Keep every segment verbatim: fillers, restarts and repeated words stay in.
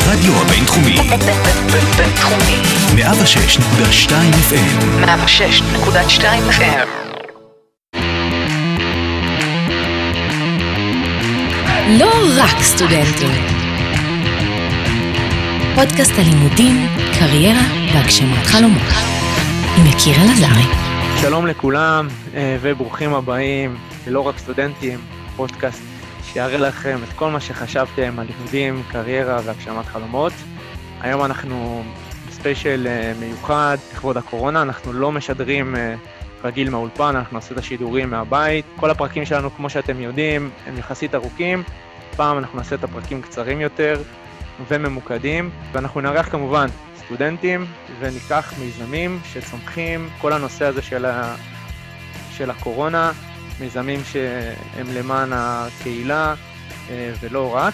הרדיו הבינתחומי. בינתחומי. מאה ושש נקודה שתיים אף אם. מאה ושש נקודה שתיים אף אם. לא רק סטודנטים. פודקאסט הלימודים, קריירה והגשמת חלומות. עם יקיר אלעזרי. שלום לכולם וברוכים הבאים ללא רק סטודנטים, פודקאסט שיראה לכם את כל מה שחשבתם על לימודים, קריירה והגשמת חלומות. היום אנחנו בספיישל מיוחד לכבוד הקורונה, אנחנו לא משדרים רגיל מהאולפן, אנחנו נעשה את השידורים מהבית. כל הפרקים שלנו, כמו שאתם יודעים, הם יחסית ארוכים. פעם אנחנו נעשה את הפרקים קצרים יותר וממוקדים, ואנחנו נערך כמובן סטודנטים וניקח מיזמים שצומחים, כל הנושא הזה של, ה... של הקורונה, מיזמים שהם למען הקהילה ולא רק.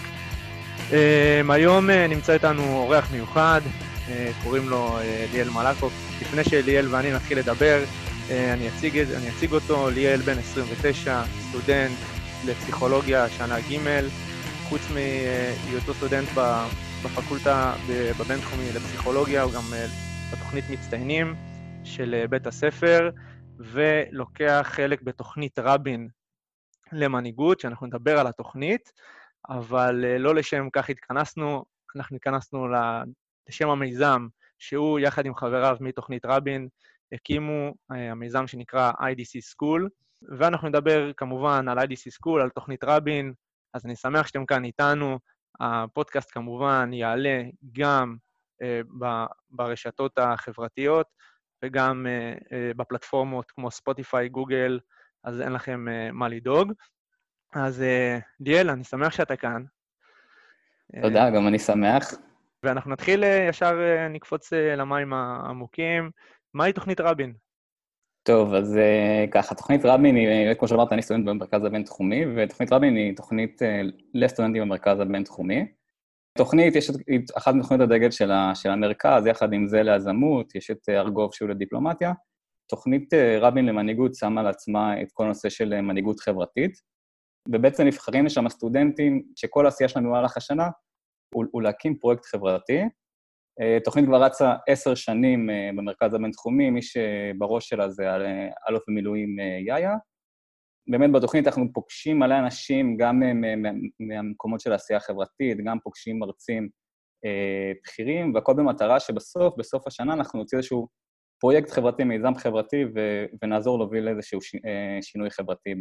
היום נמצא איתנו אורח מיוחד, קוראים לו ליאל מלקוב. לפני שליאל ואני נתחיל לדבר, אני אציג, אני אציג אותו. ליאל בן עשרים ותשע, סטודנט לפסיכולוגיה שנה ג'. חוץ מהיותו סטודנט בפקולטה בבינתחומי לפסיכולוגיה, הוא גם בתוכנית מצטיינים של בית הספר, ולוקח חלק בתוכנית רבין למנהיגות, שאנחנו נדבר על התוכנית, אבל לא לשם כך התכנסנו, אנחנו התכנסנו לשם המיזם, שהוא יחד עם חבריו מתוכנית רבין, הקימו המיזם שנקרא איי די סי School, ואנחנו נדבר כמובן על איי די סי School, על תוכנית רבין. אז אני שמח שאתם כאן איתנו. הפודקאסט כמובן יעלה גם uh, ברשתות החברתיות, וגם uh, uh, בפלטפורמות כמו ספוטיפיי, גוגל, אז אין לכם uh, מה לדאוג. אז uh, ליאל, אני שמח שאתה כאן. תודה, uh, גם אני שמח. ואנחנו נתחיל uh, ישר uh, נקפוץ uh, למים העמוקים. מהי תוכנית רבין? טוב, אז uh, ככה, תוכנית רבין היא, כמו שאמרת, אני סטודנט במרכז הבינתחומי, ותוכנית רבין היא תוכנית uh, לסטודנטים במרכז הבינתחומי. תוכנית, יש את אחת מתוכנית הדגל של, ה, של המרכז, יחד עם זה ליזמות, יש את uh, ארגוב שהוא לדיפלומטיה. תוכנית uh, רבין למנהיגות שמה על עצמה את כל הנושא של uh, מנהיגות חברתית, ובעצם נבחרים לשם הסטודנטים שכל העשייה שלנו במהלך השנה הוא, הוא להקים פרויקט חברתי. תוכנית כבר רצה עשר שנים במרכז הבינתחומי, מי שבראש שלה זה אלוף במילואים יאיה. באמת בתוכנית אנחנו פוגשים מלא אנשים, גם מהמקומות של העשייה החברתית, גם פוגשים מרצים בכירים, והכל במטרה שבסוף, בסוף השנה אנחנו נוציא איזשהו פרויקט חברתי, מיזם חברתי, ונעזור להוביל איזשהו שינוי חברתי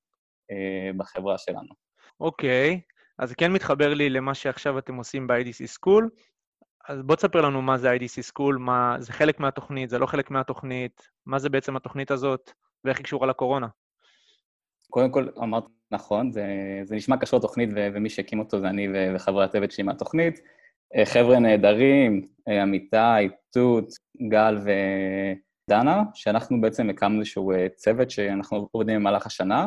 בחברה שלנו. אוקיי, אז זה כן מתחבר לי למה שעכשיו אתם עושים ב-איי די סי School. אז בוא תספר לנו מה זה איי די סי School, מה זה חלק מהתוכנית, זה לא חלק מהתוכנית, מה זה בעצם התוכנית הזאת, ואיך היא קשורה לקורונה? קודם כל, אמרת נכון, זה, זה נשמע קשור תוכנית, ו- ומי שהקים אותו זה אני ו- וחברי הצוות שלי מהתוכנית. חבר'ה נהדרים, אמיתי, תות, גל ודנה, שאנחנו בעצם הקמנו איזשהו צוות שאנחנו עובדים במהלך השנה.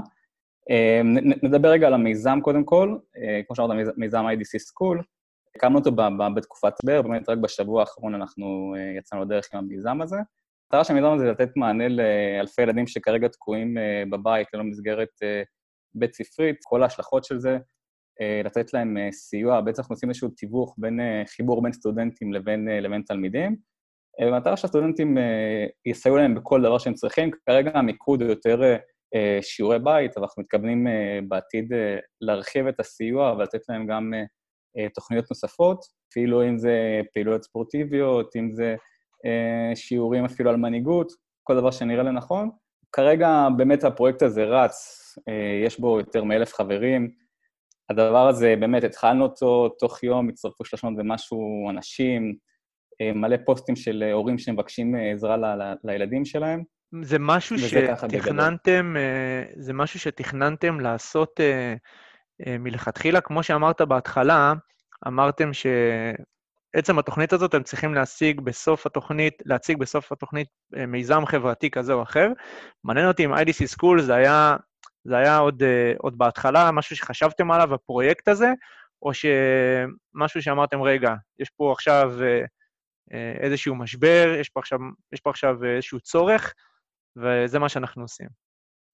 נדבר רגע על המיזם קודם כל, כמו שאמרת, מיזם איי די סי School, הקמנו אותו בתקופת סבר, באמת רק בשבוע האחרון אנחנו יצאנו לדרך עם המיזם הזה. המטרה של המיזם הזה זה לתת מענה לאלפי ילדים שכרגע תקועים בבית, ללא מסגרת בית ספרית, כל ההשלכות של זה, לתת להם סיוע, בעצם אנחנו עושים איזשהו תיווך בין חיבור בין סטודנטים לבין, לבין תלמידים. המטרה שהסטודנטים יסייעו להם בכל דבר שהם צריכים, כרגע המיקוד הוא יותר שיעורי בית, אבל אנחנו מתכוונים בעתיד להרחיב את הסיוע ולתת להם גם תוכניות נוספות, אפילו אם זה פעילויות ספורטיביות, אם זה אה, שיעורים אפילו על מנהיגות, כל דבר שנראה לנכון. כרגע באמת הפרויקט הזה רץ, אה, יש בו יותר מאלף חברים. הדבר הזה באמת התחלנו אותו תוך יום, הצטרפו שלוש מאות ומשהו אנשים, אה, מלא פוסטים של הורים שמבקשים עזרה ל- ל- לילדים שלהם. זה משהו שתכננתם, אה, זה משהו שתכננתם לעשות אה, מלכתחילה, כמו שאמרת בהתחלה, אמרתם שעצם התוכנית הזאת הם צריכים להשיג בסוף התוכנית, להציג בסוף התוכנית מיזם חברתי כזה או אחר. מעניין אותי אם איי די סי School זה היה, זה היה עוד, עוד בהתחלה, משהו שחשבתם עליו, הפרויקט הזה, או שמשהו שאמרתם, רגע, יש פה עכשיו איזשהו משבר, יש פה עכשיו, יש פה עכשיו איזשהו צורך, וזה מה שאנחנו עושים.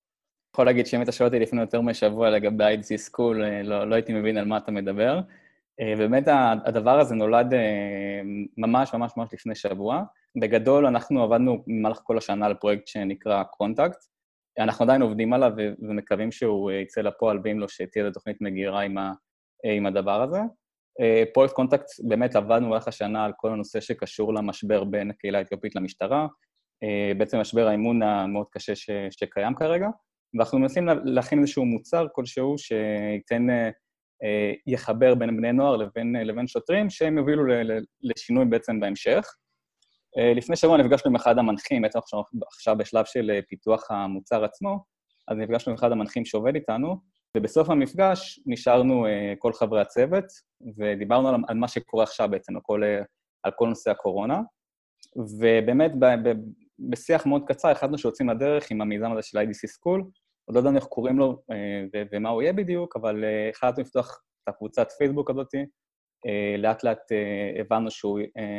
יכול להגיד שאם אתה שואל אותי לפני יותר משבוע לגבי איי די סי School, לא, לא הייתי מבין על מה אתה מדבר. ובאמת הדבר הזה נולד ממש ממש ממש לפני שבוע. בגדול אנחנו עבדנו במהלך כל השנה על פרויקט שנקרא קונטקט, אנחנו עדיין עובדים עליו ומקווים שהוא יצא לפועל, ואם לא שתהיה תוכנית מגירה עם, ה, עם הדבר הזה. פרויקט קונטקט באמת עבדנו במהלך השנה על כל הנושא שקשור למשבר בין הקהילה האתיופית למשטרה, בעצם משבר האמון המאוד קשה ש, שקיים כרגע, ואנחנו מנסים להכין איזשהו מוצר כלשהו שייתן, יחבר בין בני נוער לבין, לבין שוטרים, שהם יובילו לשינוי בעצם בהמשך. לפני שבוע נפגשנו עם אחד המנחים, בעצם עכשיו, עכשיו בשלב של פיתוח המוצר עצמו, אז נפגשנו עם אחד המנחים שעובד איתנו, ובסוף המפגש נשארנו כל חברי הצוות, ודיברנו על, על מה שקורה עכשיו בעצם, על כל, על כל נושא הקורונה, ובאמת ב, ב, בשיח מאוד קצר, החלטנו שיוצאים לדרך עם המיזם הזה של איי די סי School, עוד לא יודעים איך קוראים לו ו- ומה הוא יהיה בדיוק, אבל החלטנו לפתוח את הקבוצת פייסבוק הזאת, לאט לאט הבנו שהוא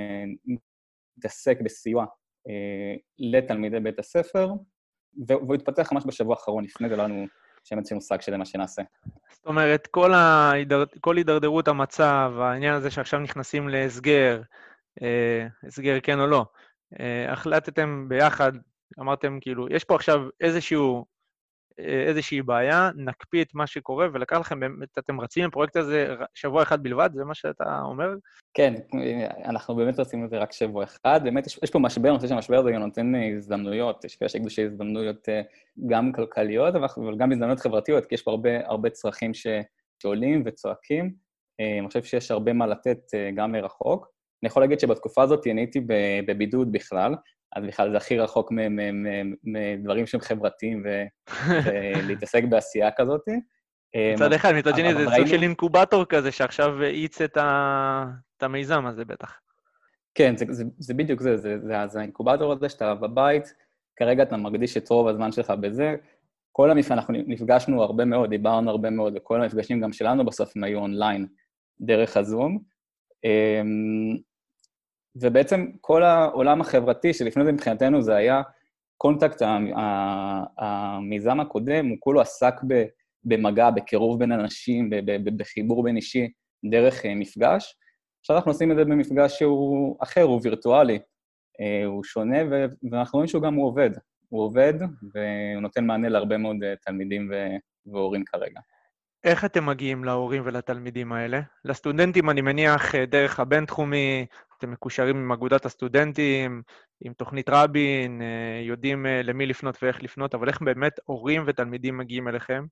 מתעסק בסיוע לתלמידי בית הספר, והוא התפתח ממש בשבוע האחרון, לפני זה לנו שם איזשהו מושג שזה מה שנעשה. זאת אומרת, כל ההידר... כל הידרדרות המצב, העניין הזה שעכשיו נכנסים להסגר, הסגר כן או לא, החלטתם ביחד, אמרתם כאילו, יש פה עכשיו איזשהו, איזושהי בעיה, נקפיא את מה שקורה, ולקח לכם, באמת, אתם רצים לפרויקט הזה שבוע אחד בלבד, זה מה שאתה אומר? כן, אנחנו באמת רצים את זה רק שבוע אחד, באמת יש, יש פה משבר, אני חושב שהמשבר הזה נותן הזדמנויות, יש כאלה שיגידו שיש הזדמנויות גם כלכליות, אבל גם הזדמנויות חברתיות, כי יש פה הרבה, הרבה צרכים ש, שעולים וצועקים, אני חושב שיש הרבה מה לתת גם מרחוק. אני יכול להגיד שבתקופה הזאת אני הייתי בבידוד בכלל, אז בכלל זה הכי רחוק מדברים שהם חברתיים ולהתעסק בעשייה כזאת. מצד אחד, מצד שני, זה סוג של אינקובטור כזה, שעכשיו ייץ את המיזם הזה בטח. כן, זה בדיוק זה, זה האינקובטור הזה שאתה בבית, כרגע אתה מקדיש את רוב הזמן שלך בזה, כל המפגשים, אנחנו נפגשנו הרבה מאוד, דיברנו הרבה מאוד, וכל המפגשים גם שלנו בסוף הם היו אונליין דרך הזום, ובעצם כל העולם החברתי, שלפני זה מבחינתנו זה היה קונטקט, המיזם הקודם, הוא כולו עסק במגע, בקירוב בין אנשים, בחיבור בין אישי, דרך מפגש. עכשיו אנחנו עושים את זה במפגש שהוא אחר, הוא וירטואלי, הוא שונה, ואנחנו רואים שהוא גם הוא עובד. הוא עובד, והוא נותן מענה להרבה מאוד תלמידים והורים כרגע. איך אתם מגיעים להורים ולתלמידים האלה? לסטודנטים, אני מניח, דרך הבינתחומי, אתם מקושרים עם אגודת הסטודנטים, עם תוכנית רבין, יודעים למי לפנות ואיך לפנות, אבל איך באמת הורים ותלמידים מגיעים אליכם?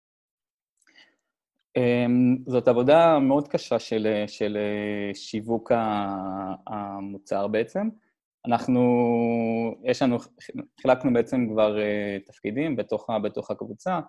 זאת עבודה מאוד קשה של, של שיווק המוצר בעצם. אנחנו, יש לנו, חילקנו בעצם כבר תפקידים בתוך, בתוך הקבוצה.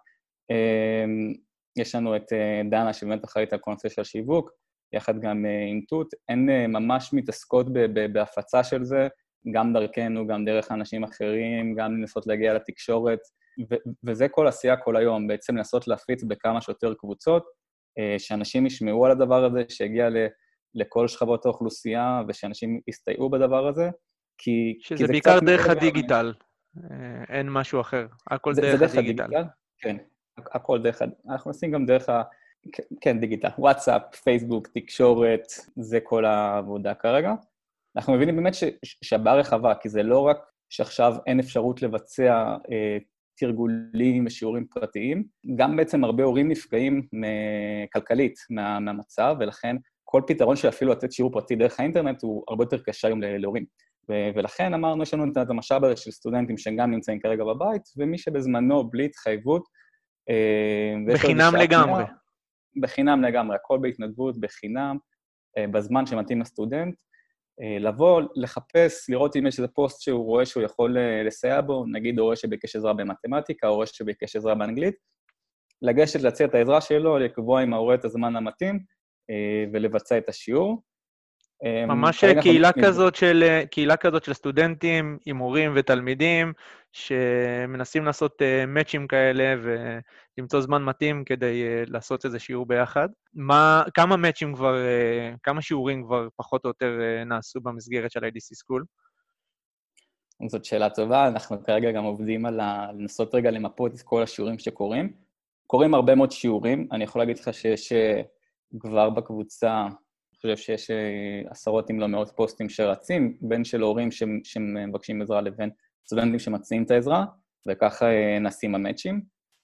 יש לנו את דנה שבאמת אחראית על כל נושא של שיווק, יחד גם עם תות, הן ממש מתעסקות בהפצה של זה, גם דרכנו, גם דרך אנשים אחרים, גם לנסות להגיע לתקשורת, וזה כל עשייה כל היום, בעצם לנסות להפיץ בכמה שיותר קבוצות, שאנשים ישמעו על הדבר הזה, שיגיע לכל שכבות האוכלוסייה, ושאנשים יסתייעו בדבר הזה, כי... שזה בעיקר דרך הדיגיטל, אין משהו אחר, הכל דרך הדיגיטל. כן, הכל דרך, אנחנו עושים גם דרך ה... כן, דיגיטל, וואטסאפ, פייסבוק, תקשורת, זה כל העבודה כרגע. אנחנו מבינים באמת ש, שהבעיה רחבה, כי זה לא רק שעכשיו אין אפשרות לבצע אה, תרגולים ושיעורים פרטיים, גם בעצם הרבה הורים נפגעים כלכלית מה, מהמצב, ולכן כל פתרון שאפילו לתת שיעור פרטי דרך האינטרנט הוא הרבה יותר קשה היום להורים. ו- ולכן אמרנו, יש לנו את המשאב הזה של סטודנטים שגם נמצאים כרגע בבית, ומי שבזמנו בלי התחייבות, אה, בחינם לגמרי. בחינם לגמרי, הכל בהתנדבות, בחינם, בזמן שמתאים לסטודנט, לבוא, לחפש, לראות אם יש איזה פוסט שהוא רואה שהוא יכול לסייע בו, נגיד הוא רואה שביקש עזרה במתמטיקה, הוא רואה שביקש עזרה באנגלית, לגשת להציע את העזרה שלו, לקבוע עם ההורה את הזמן המתאים, ולבצע את השיעור. ממש קהילה כזאת של, קהילה כזאת של סטודנטים עם הורים ותלמידים, שמנסים לעשות מאצ'ים כאלה ולמצוא זמן מתאים כדי לעשות איזה שיעור ביחד. מה, כמה מאצ'ים כבר, כמה שיעורים כבר פחות או יותר נעשו במסגרת של איי די סי School? זאת שאלה טובה, אנחנו כרגע גם עובדים על לנסות רגע למפות את כל השיעורים שקורים. קורים הרבה מאוד שיעורים, אני יכול להגיד לך שיש כבר בקבוצה, אני חושב שיש עשרות אם לא מאות פוסטים שרצים, בין של הורים שמבקשים עזרה לבין סטודנטים שמציעים את העזרה, וככה נשים המאצ'ים.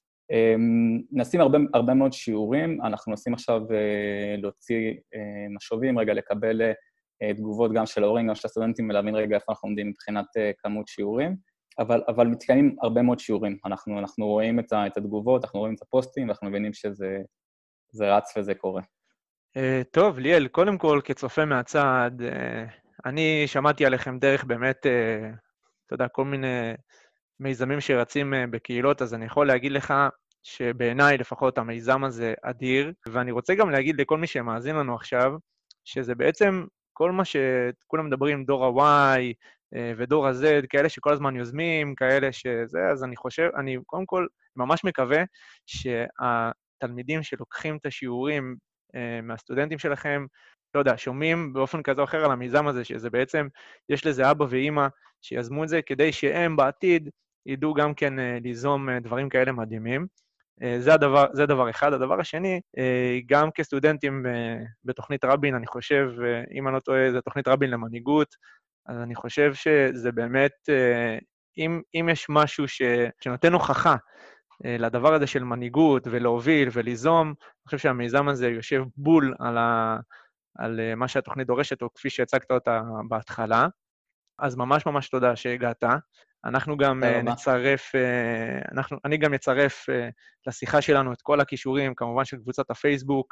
נשים הרבה, הרבה מאוד שיעורים, אנחנו נסים עכשיו להוציא משובים, רגע לקבל תגובות גם של ההורים, גם של הסטודנטים, ולהבין רגע איפה אנחנו עומדים מבחינת כמות שיעורים, אבל, אבל מתקיימים הרבה מאוד שיעורים. אנחנו, אנחנו רואים את, ה, את התגובות, אנחנו רואים את הפוסטים, ואנחנו מבינים שזה זה רץ וזה קורה. טוב, ליאל, קודם כל, כצופה מהצד, אני שמעתי עליכם דרך באמת, אתה יודע, כל מיני מיזמים שרצים בקהילות, אז אני יכול להגיד לך שבעיניי לפחות המיזם הזה אדיר, ואני רוצה גם להגיד לכל מי שמאזין לנו עכשיו, שזה בעצם כל מה שכולם מדברים, דור ה-Y ודור ה-Z, כאלה שכל הזמן יוזמים, כאלה שזה, אז אני חושב, אני קודם כל ממש מקווה שהתלמידים שלוקחים את השיעורים מהסטודנטים שלכם, לא יודע, שומעים באופן כזה או אחר על המיזם הזה, שזה בעצם, יש לזה אבא ואמא שיזמו את זה, כדי שהם בעתיד ידעו גם כן ליזום דברים כאלה מדהימים. זה הדבר, זה דבר אחד. הדבר השני, גם כסטודנטים בתוכנית רבין, אני חושב, אם אני לא טועה, זה תוכנית רבין למנהיגות, אז אני חושב שזה באמת, אם, אם יש משהו ש, שנותן הוכחה לדבר הזה של מנהיגות ולהוביל וליזום, אני חושב שהמיזם הזה יושב בול על, ה, על מה שהתוכנית דורשת, או כפי שהצגת אותה בהתחלה. אז ממש ממש תודה שהגעת. אנחנו גם נצרף, אנחנו, אני גם אצרף לשיחה שלנו את כל הכישורים, כמובן של קבוצת הפייסבוק,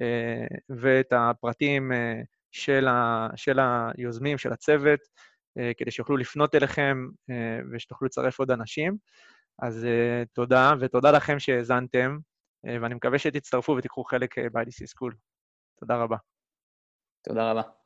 ואת הפרטים של, ה, של היוזמים, של הצוות, כדי שיוכלו לפנות אליכם, ושתוכלו לצרף עוד אנשים. אז תודה, ותודה לכם שהזנתם, ואני מקווה שתצטרפו ותיקחו חלק ב-איי די סי School. תודה רבה. תודה רבה.